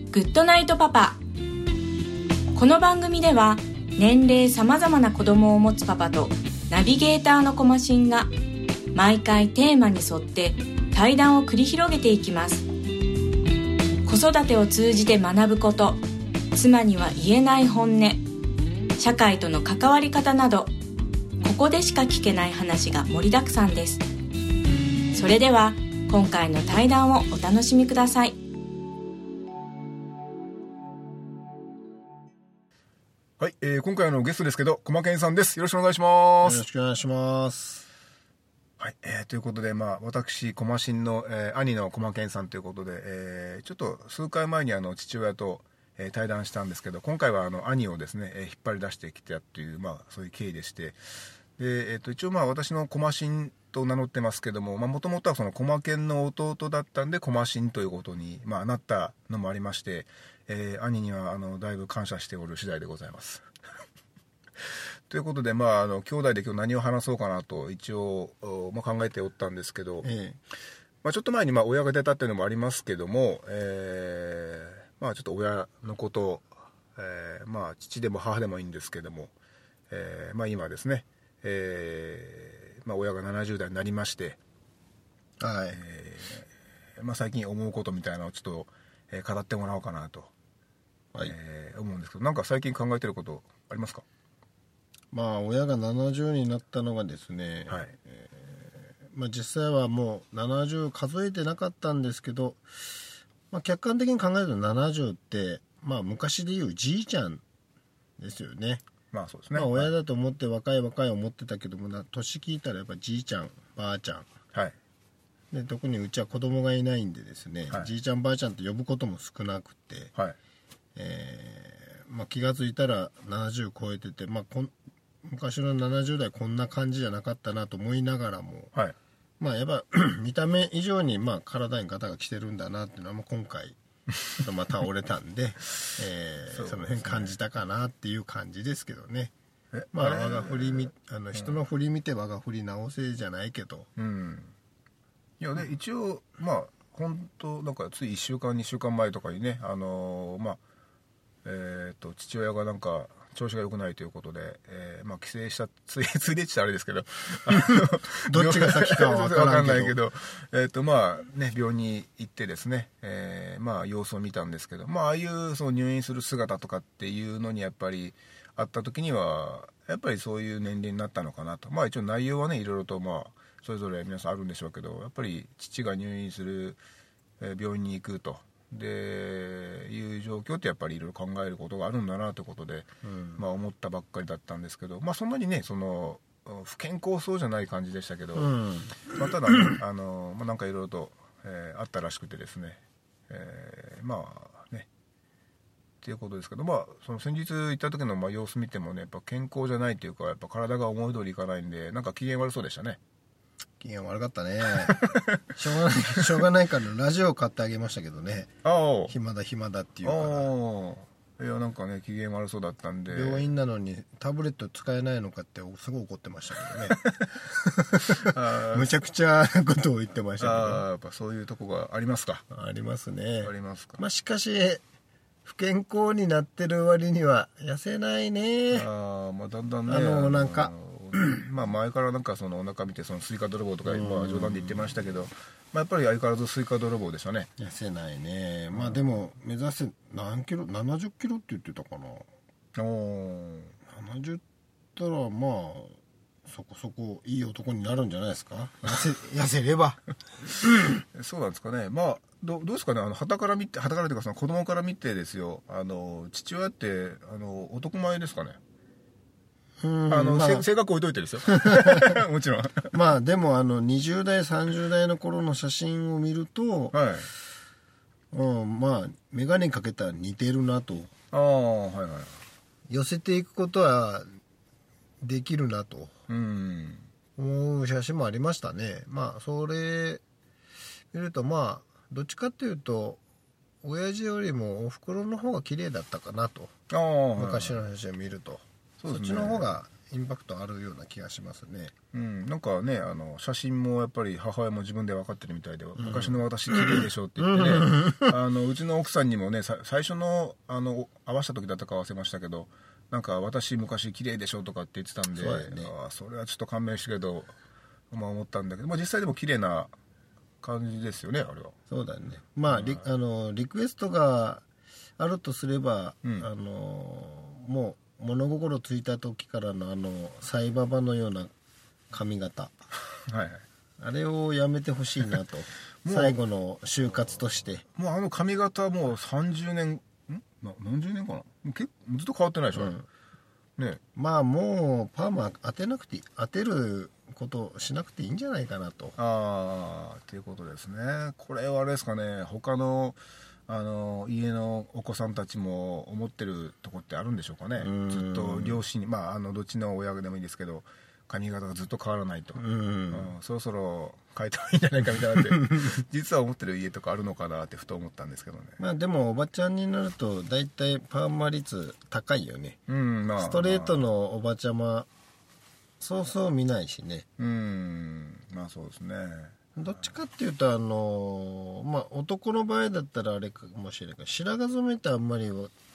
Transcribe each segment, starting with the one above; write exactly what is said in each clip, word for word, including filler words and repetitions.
グッドナイトパパ。この番組では年齢さまざまな子供を持つパパとナビゲーターのコマシンが毎回テーマに沿って対談を繰り広げていきます。子育てを通じて学ぶこと、妻には言えない本音、社会との関わり方など、ここでしか聞けない話が盛りだくさんです。それでは今回の対談をお楽しみください。 はい、えー、今回のゲストですけど、コマケンさんです。よろしくお願いします。 よろしくお願いします。 はい、えー、ということで、まあ、私、コマシンの、えー、兄のコマケンさんということで、えー、ちょっと数回前にあの父親と、えー、対談したんですけど、今回はあの兄をですね、えー、引っ張り出してきたという、まあ、そういう経緯でして、で、えー、と一応まあ私のコマシンと名乗ってますけども、もともとはそのコマケンの弟だったんで、コマシンということに、まあ、なったのもありまして、えー、兄にはあのだいぶ感謝しておる次第でございます。ということで、まあ、あの兄弟で今日何を話そうかなと一応、まあ、考えておったんですけど、ええまあ、ちょっと前にまあ親が出たっていうのもありますけども、えーまあ、ちょっと親のこと、えーまあ、父でも母でもいいんですけども、えーまあ、今ですね、えーまあ、親がななじゅう代になりまして、はいえーまあ、最近思うことみたいなのをちょっと、えー、語ってもらおうかなと、はいえー、思うんですけど、なんか最近考えてることありますか？ まあ親がななじゅうになったのがですね、はいえーまあ、実際はもうななじゅう数えてなかったんですけど、まあ、客観的に考えるとななじゅうって、まあ、昔でいうじいちゃんですよね。 まあそうですね。 まあ、親だと思って若い若い思ってたけどもな、年聞いたらやっぱじいちゃんばあちゃん、はい、で特にうちは子供がいないんでですね、はい、じいちゃんばあちゃんって呼ぶことも少なくて、はいえーまあ、気がついたらななじゅう超えてて、まあ、こん昔のななじゅう代こんな感じじゃなかったなと思いながらも、はいまあ、やっぱ見た目以上にまあ体にガタが来てるんだなっていうのは、まあ、今回また折れたんで、えー、そ, ね、その辺感じたかなっていう感じですけどね。まあ我が振りみあの人の振り見て我が振り直せじゃないけど、うん、 いやね、うん、一応まあ本当なんかついいっしゅうかんにしゅうかんまえとかにね、あのー、まあえー、と父親がなんか調子が良くないということで、えーまあ、帰省したついついでっちゃあれですけどどっちが先かは分からんけど、 分かんないけど、えーとまあね、病院に行ってですね、えーまあ、様子を見たんですけど、まあ、ああいうその入院する姿とかっていうのにやっぱりあった時にはやっぱりそういう年齢になったのかなと。まあ一応内容はねいろいろとまあそれぞれ皆さんあるんでしょうけど、やっぱり父が入院する、えー、病院に行くとでいう状況ってやっぱりいろいろ考えることがあるんだなということで、うんまあ、思ったばっかりだったんですけど、まあ、そんなにねその不健康そうじゃない感じでしたけど、うんまあ、ただねあの、まあ、なんかいろいろと、えー、あったらしくてですね、えー、まあねっていうことですけど、まあ、その先日行った時のまあ様子見てもねやっぱ健康じゃないというかやっぱ体が思い通りいかないんでなんか機嫌悪そうでしたね。 機嫌悪かったねしょうがないしょうがないからラジオ買ってあげましたけどね。あ暇だ暇だっていうからいやなんかね機嫌悪そうだったんで、 病院なのにタブレット使えないのかってすごい怒ってましたけどねむちゃくちゃなことを言ってましたけど、 あやっぱそういうとこがありますか。 ありますね。 ありますか。 まあしかし不健康になってる割には痩せないね。 あ、まあ、だんだんねあのなんかまあ前からなんかそのお腹見てそのスイカ泥棒とかまあ冗談で言ってましたけど、まあ、やっぱり相変わらずスイカ泥棒でしたね。 痩せないね。まあでも目指せ何キロななじゅっキロって言ってたかな。おななじゅうったらまあそこそこいい男になるんじゃないですか。痩せ痩せればそうなんですかね。まあ ど, どうですかね。あの旗から見て旗からというかその子供から見てですよ、あの父親ってあの男前ですかね。うんあの、まあ、性格置いといてですよもちろんまあでもあのにじゅう代さんじゅう代の頃の写真を見ると、はいうん、まあ眼鏡かけたら似てるなと。ああはいはい。寄せていくことはできるなとうん思う写真もありましたね。まあそれ見るとまあどっちかっていうと親父よりもおふくろの方が綺麗だったかなと。あ、昔の写真を見ると そ,、ね、そっちの方がインパクトあるような気がしますね。 うん、なんかねあの写真もやっぱり母親も自分で分かってるみたいで、うん、昔の私綺麗でしょって言ってね、うん、あのうちの奥さんにもね最初のあの会わした時だったか忘れましたけど、なんか私昔綺麗でしょとかって言ってたんで、 そう、ね、あそれはちょっと勘弁したけど、まあ、思ったんだけど、まあ、実際でも綺麗な感じですよねあれは。 そうだね。まあ、うん、リ, あのリクエストがあるとすれば、うん、あのもう物心ついた時からのあのサイババのような髪型はいはい、あれをやめてほしいなと最後の就活として。 もうあの髪型もうさんじゅうねんんな何十年かな、結構ずっと変わってないでしょ、うんね、まあもうパーマ当てなくて当てることしなくていいんじゃないかなと。 ああということですね。これはあれですかね、他のあの家のお子さんたちも思ってるとこってあるんでしょうかね。ずっと両親に、まああのどっちの親でもいいですけど髪型がずっと変わらないと、うん、うん、そろそろ変えた方がいいんじゃないかみたいなって実は思ってる家とかあるのかなってふと思ったんですけどね。 まあでもおばちゃんになると大体パーマ率高いよね、うんまあ、ストレートのおばちゃまそうそう見ないしね。 うんまあそうですね。 どっちかっていうとあのまあ男の場合だったらあれかもしれないけど、白髪染めってあんまり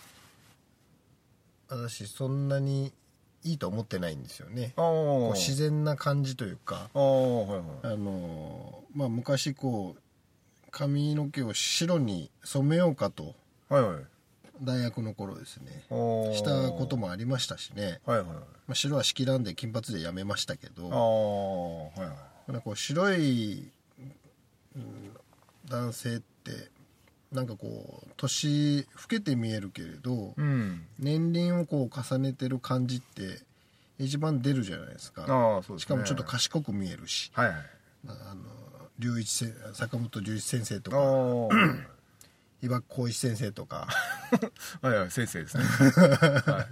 私そんなにいいと思ってないんですよね。こう自然な感じというか、あ、はいはい、あのまあ昔こう髪の毛を白に染めようかと、はいはい、大学の頃ですねしたこともありましたしね、はいはい、まあ、白はしきらんで金髪でやめましたけど、あ、はいはい、なんかこう白い、うん、男性ってなんかこう年老けて見えるけれど、うん、年輪をこう重ねてる感じって一番出るじゃないですか。あ、そうですね、しかもちょっと賢く見えるし、はいはい、あの龍一せ坂本龍一先生とか岩城浩一先生とかはいはい先生ですね、はい、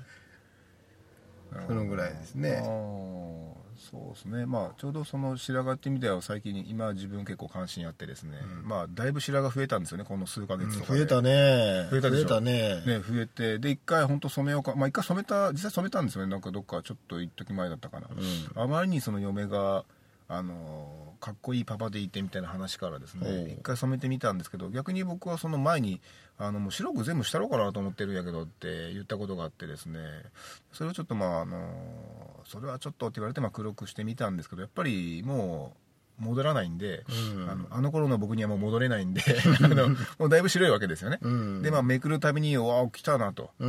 そのぐらいですね。 そうですね。まあちょうどその白髪って意味では最近今自分結構関心あってですね、うん、まあだいぶ白髪増えたんですよねこの数ヶ月とかで、 うん、増えたね増えたでしょ、 増えたねね増えて、で一回本当染めようか、まあ一回染めた、実際染めたんですよね。なんかどっかちょっと一時前だったかな、うん、あまりにその嫁があのかっこいいパパでいてみたいな話からですね一回染めてみたんですけど、逆に僕はその前にあのもう白く全部したろうかなと思ってるんやけどって言ったことがあってですね、それをちょっとまああのそれはちょっとって言われてまあ黒くしてみたんですけど、やっぱりもう戻らないんで、うん、あのあの頃の僕にはもう戻れないんであのもうだいぶ白いわけですよね、うん、でまあめくるたびにわあ来たなと、うん、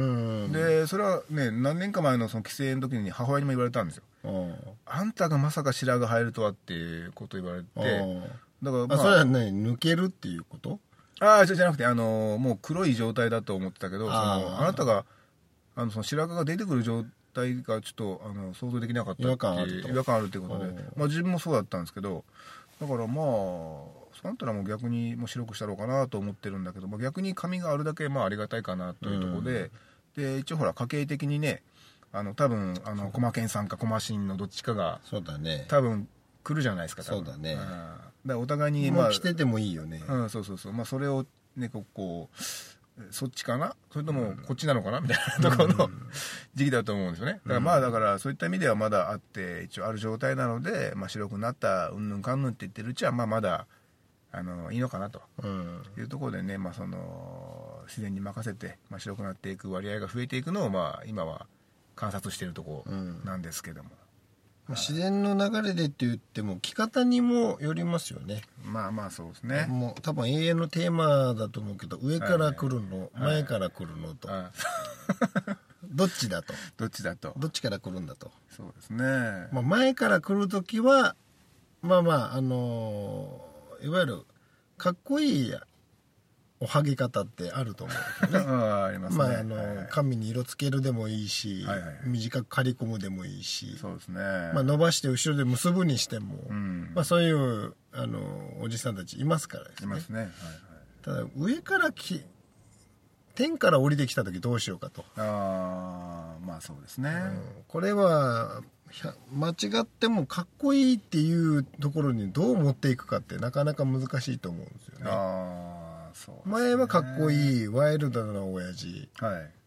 でそれはね何年か前のその帰省の時に母親にも言われたんですよ。あんたがまさか白髪生えるとはっていうこと言われて、 だから、まあ、あそれはね抜けるっていうこと？ ああじゃなくてあのもう黒い状態だと思ってたけど、あ, そのあなたがあのその白髪が出てくる状態がちょっとあの想像できなかったっていう違和感あると違和感あるっていうことで、まあ、自分もそうだったんですけど、だからまあそんたらもう逆にもう白くしたろうかなと思ってるんだけど、まあ、逆に髪があるだけまあありがたいかなというところで、うん、で一応ほら家計的にねあの多分あの駒健さんか駒新のどっちかがそうだね多分来るじゃないですか。 そうだね。 だからお互いにまあ来ててもいいよね。 うん、そうそうそう。まあそれをねこうこうそっちかなそれともこっちなのかなみたいなところの時期だと思うんですよね。だからまあだからそういった意味ではまだあって一応ある状態なので、まあ白くなったうんぬんかんぬんって言ってるうちはまあまだあのいいのかなというところでね、まあその自然に任せて、まあ、白くなっていく割合が増えていくのをまあ今は観察しているところなんですけども、 うん、自然の流れでって言っても着方にもよりますよね。 まあまあそうですね。 もう多分永遠のテーマだと思うけど上から来るの、はい、前から来るのと、はい、どっちだとどっちだとどっちから来るんだと。 そうですね、 まあ、前から来るときはまあまああのー、いわゆるかっこいいおはげ方ってあると思うんですよね。 あありますね。 まああの、はいはい、髪に色つけるでもいいし、はいはい、短く刈り込むでもいいし、 そうですね。 まあ伸ばして後ろで結ぶにしても、うん、まあそういうあのおじさんたちいますからですね。 いますね。はいはい、 ただ上からき天から降りてきた時どうしようかと。 ああまあそうですね。うん、 これは間違ってもかっこいいっていうところにどう持っていくかってなかなか難しいと思うんですよね。あそうですね。前はかっこいいワイルドな親父、はい、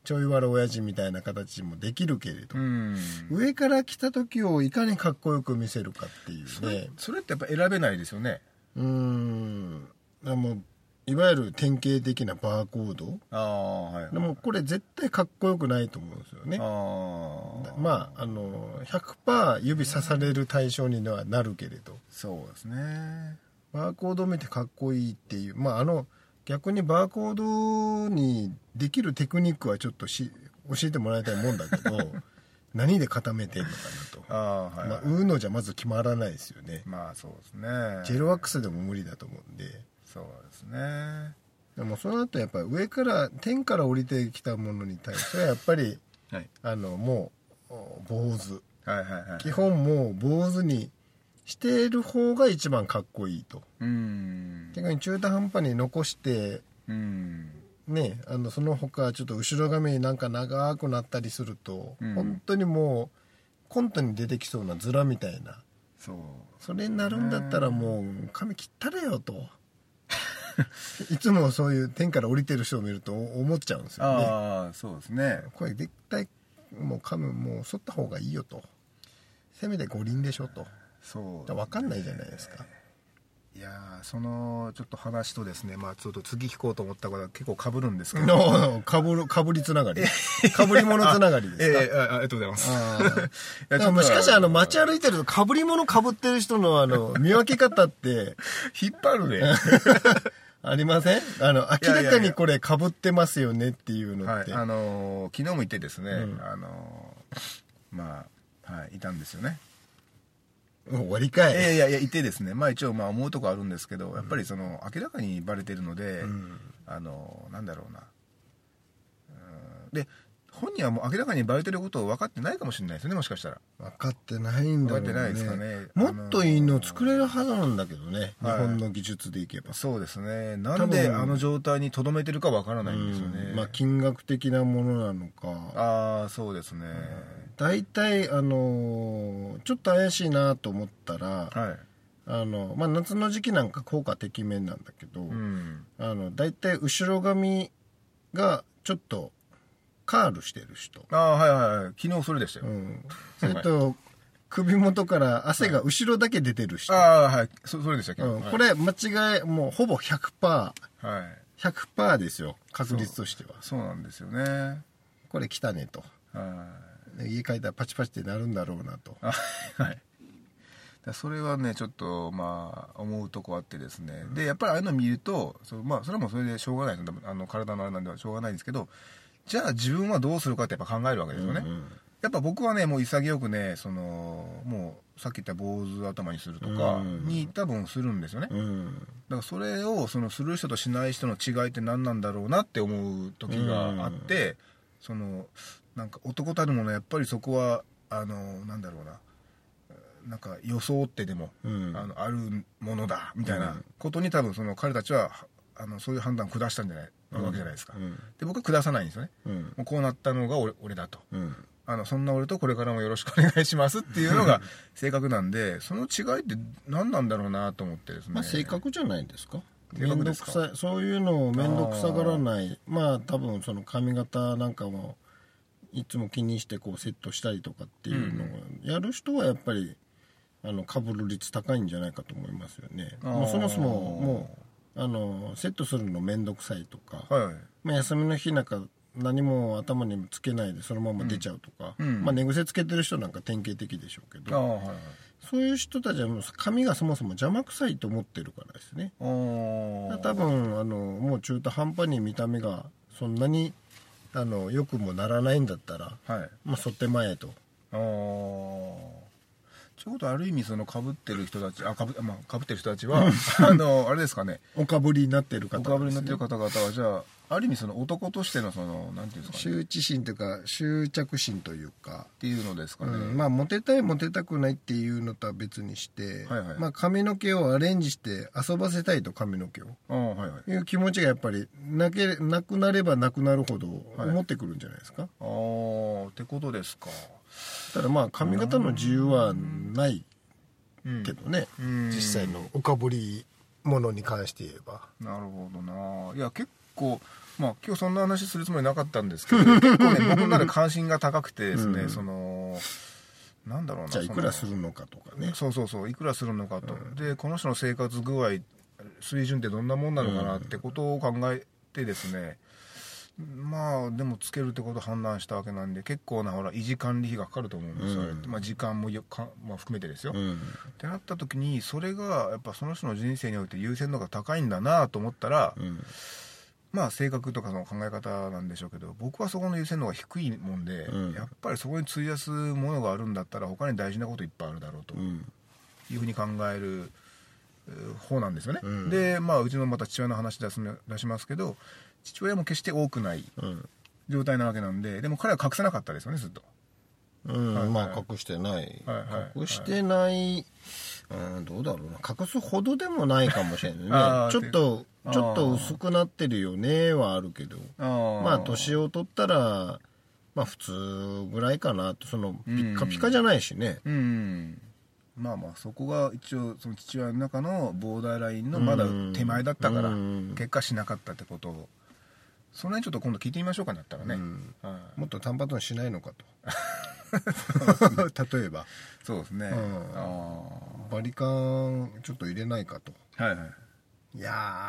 ちょい悪親父みたいな形もできるけれど、 うん、 上から来た時をいかにかっこよく見せるかっていうね。 それ、それってやっぱ選べないですよね。 うーん。もういわゆる典型的なバーコード。 ああ、はい、はい。 でもこれ絶対かっこよくないと思うんですよね。 あまああの ひゃくパーセント 指さされる対象にはなるけれど。 そうですね。 バーコードを見てかっこいいっていう、まああの逆にバーコードにできるテクニックはちょっとし教えてもらいたいもんだけど何で固めてんのかなと。 ああ、はい、はい。 まあウーノじゃまず決まらないですよね。 まあそうですね。 ジェルワックスでも無理だと思うんで。 そうですね。 でもその後やっぱり上から天から降りてきたものに対してはやっぱり、はい、あのもう坊主、 はいはいはい、 基本もう坊主にしている方が一番かっこいいと。 うん。 逆に中途半端に残して、うん、ね、あのその他ちょっと後ろ髪なんか長くなったりすると、うん、本当にもうコントに出てきそうなズラみたいな。 そう。 それになるんだったらもう髪切ったれよと。いつもそういう天から降りてる人を見ると思っちゃうんですよね。 ああ、そうですね。 これ絶対もう髪もう剃った方がいいよと。せめて五輪でしょと。 そう、 ね。分かんないじゃないですか。 いやそのちょっと話とですね、まあちょっと次聞こうと思ったことは結構被るんですけど。 かぶる、かぶりつながり。かぶり物つながりですか。 ええ、あ、ありがとうございます。 いやしかしあの街歩いてるとかぶり物かぶってる人のあの見分け方って引っ張るね。 ありません？あの明らかにこれかぶってますよねっていうのって。 はい、あのー、昨日も言ってですね、うん、あのー、まあはいいたんですよね。 もう終わりかい。 いやいやいやいてですね、まあ一応まあ思うとこあるんですけど、やっぱりその明らかにバレてるので、うん、あのなんだろうな、うん、で本人はもう明らかにバレてることを分かってないかもしれないですよね、もしかしたら。 分かってないんだろうね。 分かってないですかね。 もっといいの作れるはずなんだけどね、はい、日本の技術でいけば。 そうですね。なんであの状態にとどめてるか分からないんですよね。 うん、まあ金額的なものなのか。 ああ、そうですね。 大体あのー、ちょっと怪しいなと思ったら、はい、あのまあ、夏の時期なんか効果てきめんなんだけど、うん、あの大体後ろ髪がちょっとカールしてる人。 ああ、はいはいはい。昨日それでしたよ。うん、 それと、はい、首元から汗が後ろだけ出てる人。 はい、ああ、はい。そ, それでしたっけ、うんはい、これ間違い、もうほぼ ひゃくパーセント。はい。ひゃくパーセント ですよ。確率としては。 そう、そうなんですよね。 これ来たねと。はい。家帰ったらパチパチってなるんだろうなと。 はい。それはね、ちょっと、まあ、思うとこあってですね。で、やっぱりああいうの見ると、そまあ、それはもうそれでしょうがないです。あの、体のあれなんではしょうがないんですけど、じゃあ自分はどうするかってやっぱ考えるわけですよね。うんうん、やっぱ僕はね、もう潔くね、その、もうさっき言った坊主頭にするとかに多分するんですよね。うん、だからそれを、そのする人としない人の違いって何なんだろうなって思う時があって、うん、その、なんか男たるものやっぱりそこは、あの、なんだろうな、なんか装ってでも、うん、あの、あるものだ、みたいなことに多分その彼たちは、あのそういう判断を下したんじゃない、うん、わけじゃないですか、うん、で僕は下さないんですよね、うん、もうこうなったのが 俺, 俺だと、うん、あのそんな俺とこれからもよろしくお願いしますっていうのが性格なんでその違いって何なんだろうなと思ってですね、 まあ、性格じゃないですか。めんどくさい、そういうのを面倒くさがらない。まあ多分その髪型なんかもいつも気にしてこうセットしたりとかっていうのをやる人はやっぱりあの被る率高いんじゃないかと思いますよね。もうそもそももうあのセットするのめんどくさいとか、はい、まあ、休みの日なんか何も頭にもつけないでそのまま出ちゃうとか、うん、まあ、寝癖つけてる人なんか典型的でしょうけど、はいはい、そういう人たちはもう髪がそもそも邪魔くさいと思ってるからですね。多分あのもう中途半端に見た目がそんなにあの良くもならないんだったら、はい、まあ剃ってまえと。あちょうどある意味その被ってる人たちあかぶ、まあ、被ってる人たちはあのあれですかね、 おかぶりになってる方、 ね、おかぶりになってる方々はじゃあある意味その男としてのそのなんていうんですかね、 羞恥心というか執着心というかっていうのですかね、うん、 まあモテたいモテたくないっていうのとは別にして、はいはい、まあ髪の毛をアレンジして遊ばせたいと髪の毛をあ、はいはい、いう気持ちがやっぱりなけなくなればなくなるほど思ってくるんじゃないですか、はい、 ああってことですか。 ただまあ髪型の自由はないけどね、うん、実際のおかぶりものに関して言えば。 なるほどな。いや結構まあ今日そんな話するつもりなかったんですけど結構ね僕の中で関心が高くてですね、うん、そのなんだろうな、 じゃあいくらするのかとかね、 そうそうそう、いくらするのかと、うん、でこの人の生活具合水準ってどんなもんなのかなってことを考えてですね、うん、まあでもつけるってことを判断したわけなんで結構なほら維持管理費がかかると思うんですよ、うん、まあ、時間もよか、まあ、含めてですよ、うん、ってなった時にそれがやっぱその人の人生において優先度が高いんだなと思ったら、うん、まあ性格とかの考え方なんでしょうけど僕はそこの優先度が低いもんで、うん、やっぱりそこに費やすものがあるんだったら他に大事なこといっぱいあるだろうというふうに考える方なんですよね、うん、でまあうちのまた父親の話出す出しますけど父親も決して多くない状態なわけなんで、でも彼は隠せなかったですよねずっと、 うん、はいはい、まあ隠してない、はいはい、隠してない、うん、どうだろうな、隠すほどでもないかもしれないねちょっとちょっと薄くなってるよねはあるけど、あまあ年を取ったらまあ普通ぐらいかなと、そのピッカピカじゃないしね、 うん、うん、まあまあそこが一応その父親の中のボーダーラインのまだ手前だったから結果しなかったってことを、その辺ちょっと今度聞いてみましょうかなったらね、うんはい、もっと単発にしないのかと例えばそうですね、うん、あバリカンちょっと入れないかと、 はいはい、 いや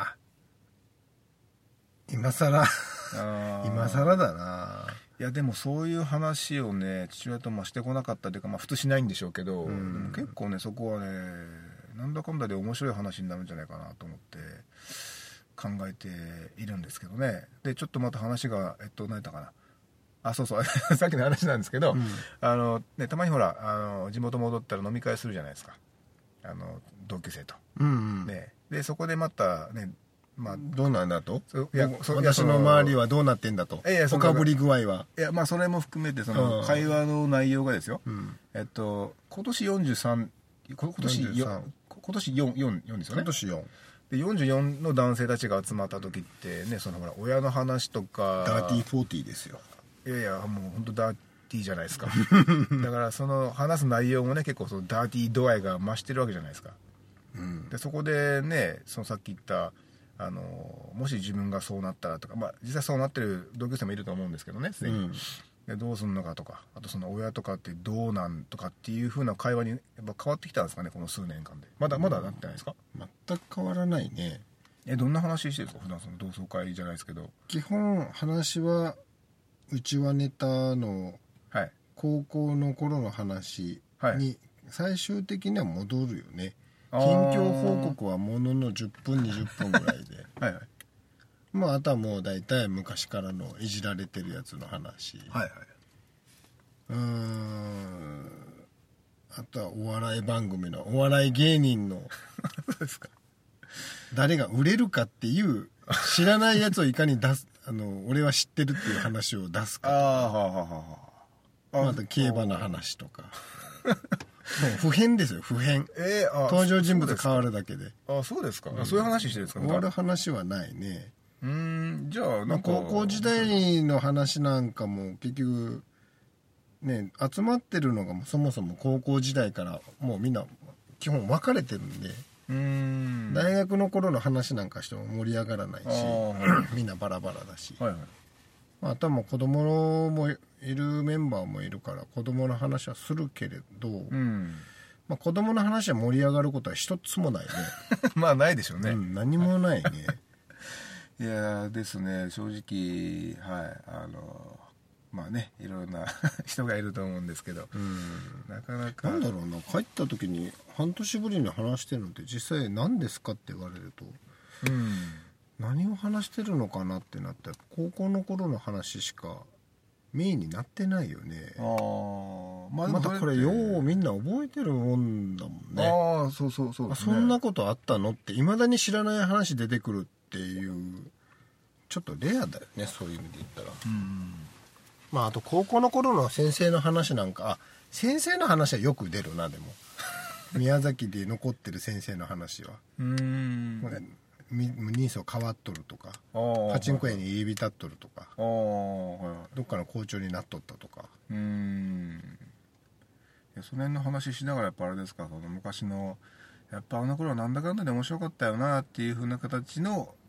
今更今更だな。 いやでもそういう話をね父親ともしてこなかったというか、まあ普通しないんでしょうけど、うん、でも結構ねそこはねなんだかんだで面白い話になるんじゃないかなと思って考えているんですけどね。でちょっとまた話がえっと何やったかな、あそうそうさっきの話なんですけど、うん、あのね、たまにほらあの地元戻ったら飲み会するじゃないですか、あの同級生と、うんうん、ね、でそこでまたね、まあ、 どうなんだと、いや私の周りはどうなってんだと、深掘り具合は、 いやまあそれも含めてその会話の内容がですよ、うん、えっと今年よんじゅうさん、今年よん、今年よん、よん、よんですよね。 今年よんでよんじゅうよんの男性たちが集まった時ってね、そのほら親の話とかダーティーフォーティーですよ。 いやいやもう本当ダーティーじゃないですかだからその話す内容もね結構そのダーティー度合いが増してるわけじゃないですか、うん、でそこでねそのさっき言ったあのもし自分がそうなったらとか、まあ実際そうなってる同級生もいると思うんですけどね、すでに、うん、でどうするのかとか、あとその親とかってどうなんとかっていう風な会話にやっぱ変わってきたんですかね、この数年間で。まだまだなってないですか？ 全く変わらないね。 えどんな話してるんですか普段、その同窓会じゃないですけど。 基本話はうちはネタの高校の頃の話に最終的には戻るよね、はい、近況報告はもののじゅっぷんにじゅっぷんぐらいではい、はい、まああとはもう大体昔からのいじられてるやつの話、はいはい、うーんあとはお笑い番組のお笑い芸人のそうですか、誰が売れるかっていう知らないやつをいかに出すあの俺は知ってるっていう話を出すかとか、あ、はあはあ、また競馬の話とかもう普遍ですよ、普遍、えー、あ登場人物変わるだけで。 あ、そうですか、うん、そういう話してるんですか。 終わる話はないね。 うーん、じゃあなんか、まあ、 高校時代の話なんかも結局ね集まってるのがそもそも高校時代からもうみんな基本分かれてるんで、うーん大学の頃の話なんかしても盛り上がらないしみんなバラバラだし、はいはい、あとはもう子供もいるメンバーもいるから子供の話はするけれど、うんまあ、子供の話は盛り上がることは一つもないねまあないでしょうね、 うん、何もないねいやですね、正直はいあのまあねいろんな人がいると思うんですけど、うん、なかなかなんだろうな、帰った時に半年ぶりに話してるのって実際何ですかって言われると、うん、何を話してるのかなってなったら高校の頃の話しかメインになってないよね。あ、まあ、またこれようみんな覚えてるもんだもんね。 ああそうそうそうですね、 そんなことあったのっていまだに知らない話出てくるっていうちょっとレアだよね、そういう意味で言ったら。うんまああと高校の頃の先生の話なんか、あ先生の話はよく出るな。でも宮崎で残ってる先生の話はうーん人相変わっとるとかパチンコ屋に入り浸っとるとか、どっかの校長になっとったとか、うーんいやその辺の話しながらやっぱあれですか、その昔のやっぱあの頃はなんだかんだで面白かったよなっていう風な形の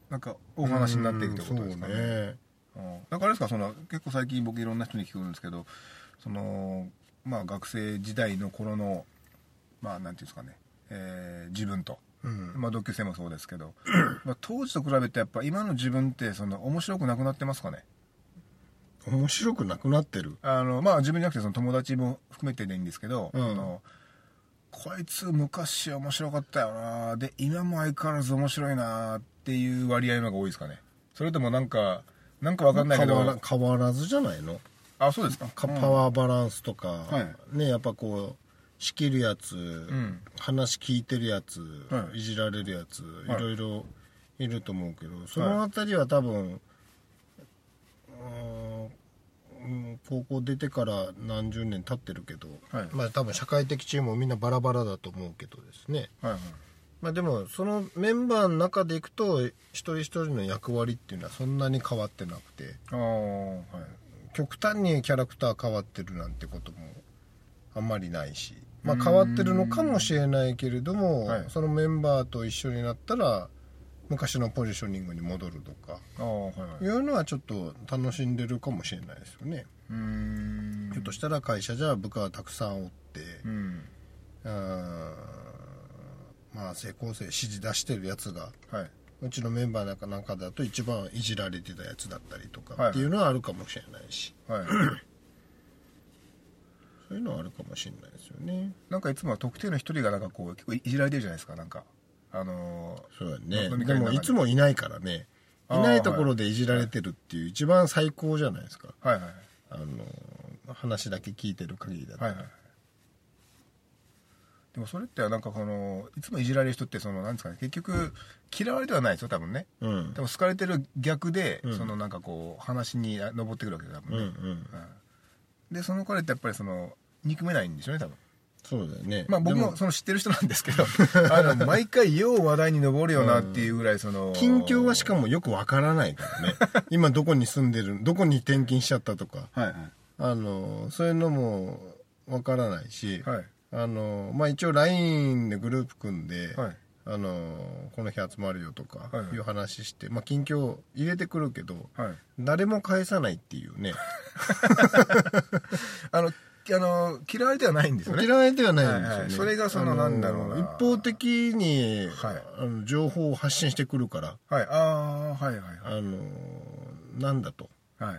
なんかお話になっていくってことですかね。そうね。なんかあれですか、その結構最近僕いろんな人に聞くんですけど、そのまあ学生時代の頃のまあなんていうんですかね、えー、自分と、うん、まあ同級生もそうですけど、まあ当時と比べてやっぱ今の自分ってその面白くなくなってますかね。 面白くなくなってる。 あのまあ自分じゃなくてその友達も含めてでいいんですけど、うん、そのこいつ昔面白かったよな、で今も相変わらず面白いなっていう割合の方が多いですかね。それともなんかなんかわかんないけど変わら、変わらずじゃないの。 あ、そうですか。 パワーバランスとか、うん、ね、やっぱこう仕切るやつ、うん、話聞いてるやつ、うん、いじられるやつ、はい、いろいろいると思うけど、そのあたりは多分、はい、うん、高校出てから何十年経ってるけど、はい、まあ多分社会的チームもみんなバラバラだと思うけどですね、はいはい、まあでもそのメンバーの中でいくと一人一人の役割っていうのはそんなに変わってなくて、あ、はい、極端にキャラクター変わってるなんてこともあんまりないし、まあ変わってるのかもしれないけれども、はい、そのメンバーと一緒になったら昔のポジショニングに戻るとか、あ、はいはい、いうのはちょっと楽しんでるかもしれないですよね。うーん、ひょっとしたら会社じゃ部下はたくさんおって、うん、あ、まあ成功生指示出してるやつが、はい、うちのメンバーなんかなんかだと一番いじられてたやつだったりとかっていうのはあるかもしれないし、はいはい、そういうのはあるかもしれないですよね。 なんかいつもは特定の一人がなんかこう結構いじられてるじゃないですか。なんかあのー、 そうだね。でもいつもいないからね、いないところでいじられてるっていう一番最高じゃないですか。はいはい、あのー、話だけ聞いてる限りだと、はいはい、 でもそれってなんかこのいつもいじられる人ってそのなんですかね、結局嫌われてはないですよ多分ね、うん、でも好かれてる逆で、うん、そのなんかこう話に上ってくるわけで多分ね、うんうんうん、でその彼ってやっぱりその憎めないんでしょうね多分。 そうだよね。 まあ僕もその知ってる人なんですけどあの毎回よう話題に上るよなっていうぐらいその、 うん、近況はしかもよくわからないからね今どこに住んでる、どこに転勤しちゃったとか、はいはい、あのそういうのもわからないし、はい、あのまあ一応 ライン でグループ組んで、はい、あのこの日集まるよとかいう話して、はいはい、まあ近況入れてくるけど、はい、誰も返さないっていうねあのあの嫌われてはないんですよね。 嫌われてはないんですよね、はいはい、 それがそのなんだろうな、 一方的に、はい、あの情報を発信してくるから、 はい、ああ、はいはいはい、 あのなんだと、はい、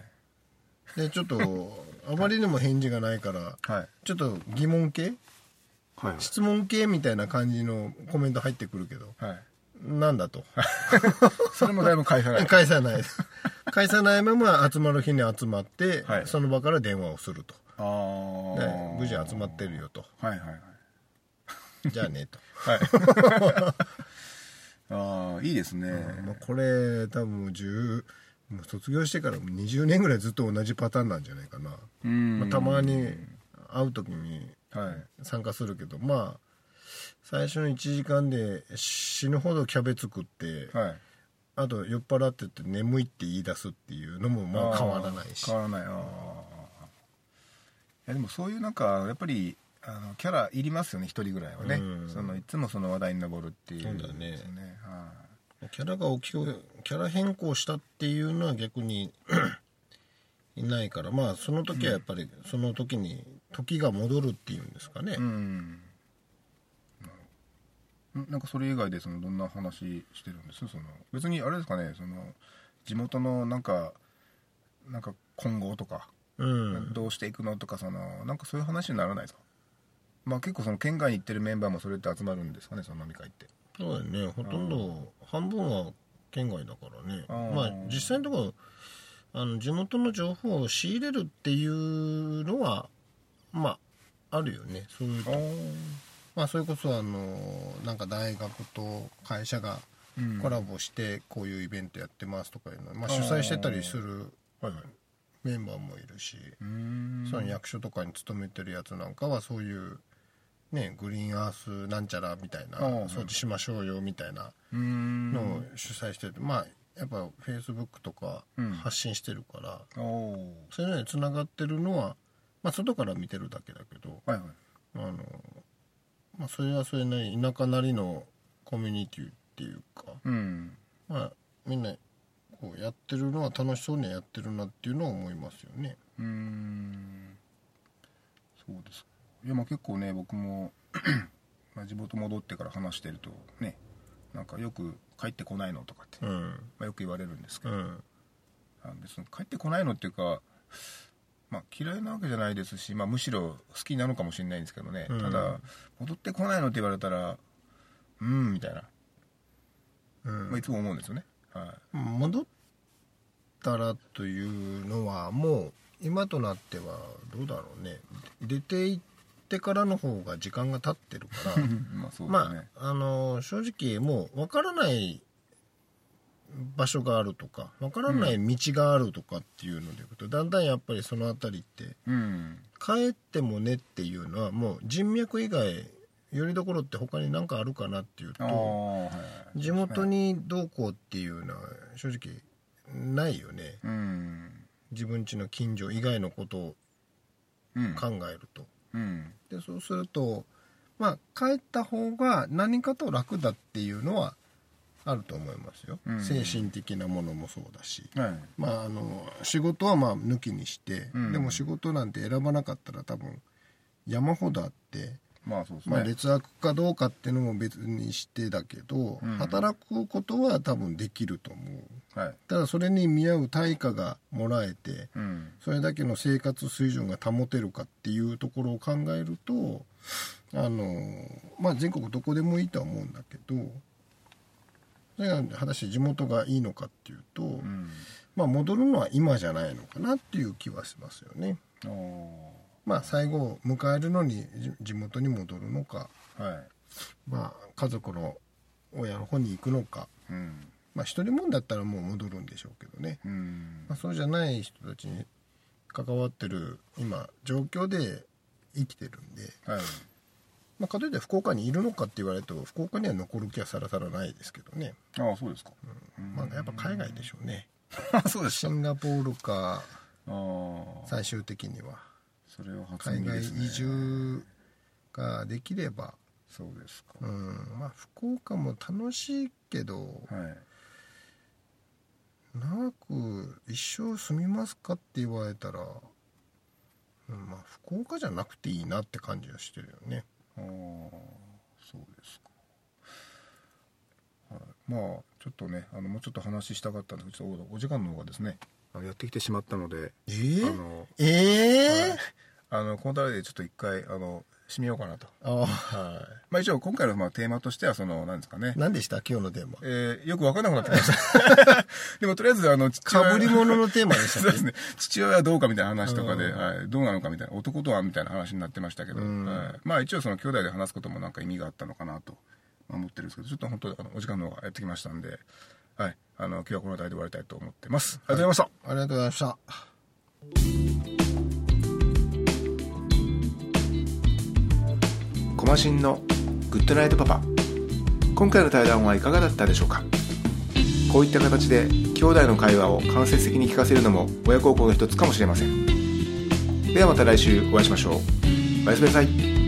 でちょっとあまりにも返事がないから、はい、ちょっと疑問系、はい、質問系みたいな感じのコメント入ってくるけど、はい、なんだとそれもだいぶ返さない返さないです返さないまま集まる日に集まって、はい、その場から電話をすると、あ、ね、無事集まってるよと、はいはいはい、じゃあねとはいああいいですね、 まあ、これ多分じゅうもう卒業してからにじゅうねんぐらいずっと同じパターンなんじゃないかな。うん、まあ、たまに会う時に参加するけど、はい、まあ最初のいちじかんで死ぬほどキャベツ食って、はい、あと酔っ払ってて眠いって言い出すっていうのもまあ変わらないし、 変わらない。あ、いやでもそういうなんかやっぱりあのキャラいりますよね、一人ぐらいはね、うん、そのいつもその話題に上るっていう。 そうだね、はあ、キャラが大きくキャラ変更したっていうのは逆にいないから、まあその時はやっぱりその時に時が戻るっていうんですかね、うん、 なんかそれ以外でそのどんな話してるんです？その別にあれですかね、その地元のなんかなんか今後とか、うん、どうしていくのとか、そのなんかそういう話にならないですか？まあ結構その県外に行ってるメンバーもそれって集まるんですかね、その飲み会って。 そうだよね、ほとんど半分は県外だからね。あ、まあ実際のところあの地元の情報を仕入れるっていうのはまああるよね。そういうとまあそれこそあのなんか大学と会社がコラボしてこういうイベントやってますとかいうの、まあ、主催してたりするメンバーもいるし、その役所とかに勤めてるやつなんかはそういうね、グリーンアースなんちゃらみたいな掃除しましょうよみたいなのを主催してて、まあやっぱフェイスブックとか発信してるから、うん、そういうのにつながってるのは、まあ、外から見てるだけだけど、はいはい、あのまあ、それはそれなり田舎なりのコミュニティっていうか、うん、まあみんなこうやってるのは楽しそうにやってるなっていうのは思いますよね。 うーん、そうです。いやまあ結構ね僕もまあ地元戻ってから話してるとね、なんかよく帰ってこないのとかって、うんまあ、よく言われるんですけど、うん、あの別に帰ってこないのっていうか、まあ、嫌いなわけじゃないですし、まあ、むしろ好きなのかもしれないんですけどね、うん、ただ戻ってこないのって言われたらうんみたいな、うんまあ、いつも思うんですよね、はい、 戻ったらというのはもう今となってはどうだろうね、出て行ってからの方が時間が経ってるからまあそうですね、まあ、あの正直もう分からない場所があるとか分からない道があるとかっていうのでいくと、うん、だんだんやっぱりその辺りって、うん、帰ってもねっていうのはもう人脈以外よりどころって他に何かあるかなっていうと、はい、地元にどうこうっていうのは正直ないよね、うん、自分家の近所以外のことを考えると、うん、でそうするとまあ帰った方が何かと楽だっていうのはあると思いますよ、うん、精神的なものもそうだし、はい、まああの仕事はまあ抜きにして、うん、でも仕事なんて選ばなかったら多分山ほどあって、まあそうですね、まあ、劣悪かどうかっていうのも別にしてだけど、うん、働くことは多分できると思う、はい、ただそれに見合う対価がもらえて、うん、それだけの生活水準が保てるかっていうところを考えるとあの、まあ、全国どこでもいいとは思うんだけど、それが果たして地元がいいのかっていうと、うん、まあ戻るのは今じゃないのかなっていう気はしますよね。まあ最後を迎えるのに地元に戻るのか、はい、まあ家族の親の方に行くのか、うん、まあ一人もんだったらもう戻るんでしょうけどね、うんまあ、そうじゃない人たちに関わってる今状況で生きてるんで、はいまあ、かといって福岡にいるのかって言われると福岡には残る気はさらさらないですけどね。 ああそうですか、 うんまあ、やっぱ海外でしょうねそうですか。 シンガポールかあ最終的にはそれは初耳ですね。 海外移住ができればそうですか、 うんまあ、福岡も楽しいけど、はい、長く一生住みますかって言われたら、うんまあ、福岡じゃなくていいなって感じはしてるよね。あそうですか、はい、まあちょっとねあのもうちょっと話したかったんですけどお時間の方がですねやってきてしまったのでえー、あのえーはい、あのこのためでちょっと一回あの締めようかなと。あ、はいまあ、一応今回のまあテーマとしてはその何ですかね。 何でした今日のテーマ、 えー、よく分からなくなってきましたでもとりあえずあのかぶり物のテーマでしたねそうですね。父親はどうかみたいな話とかで、はい、どうなのかみたいな男とはみたいな話になってましたけど、はい、まあ一応その兄弟で話すこともなんか意味があったのかなと思ってるんですけどちょっと本当あのお時間の方がやってきましたんで、はい、あの今日はこの辺りで終わりたいと思ってます。ありがとうございました。 ありがとうございました。 コマシンのグッドナイトパパ、今回の対談はいかがだったでしょうか。こういった形で兄弟の会話を間接的に聞かせるのも親孝行の一つかもしれません。ではまた来週お会いしましょう。おやすみなさい。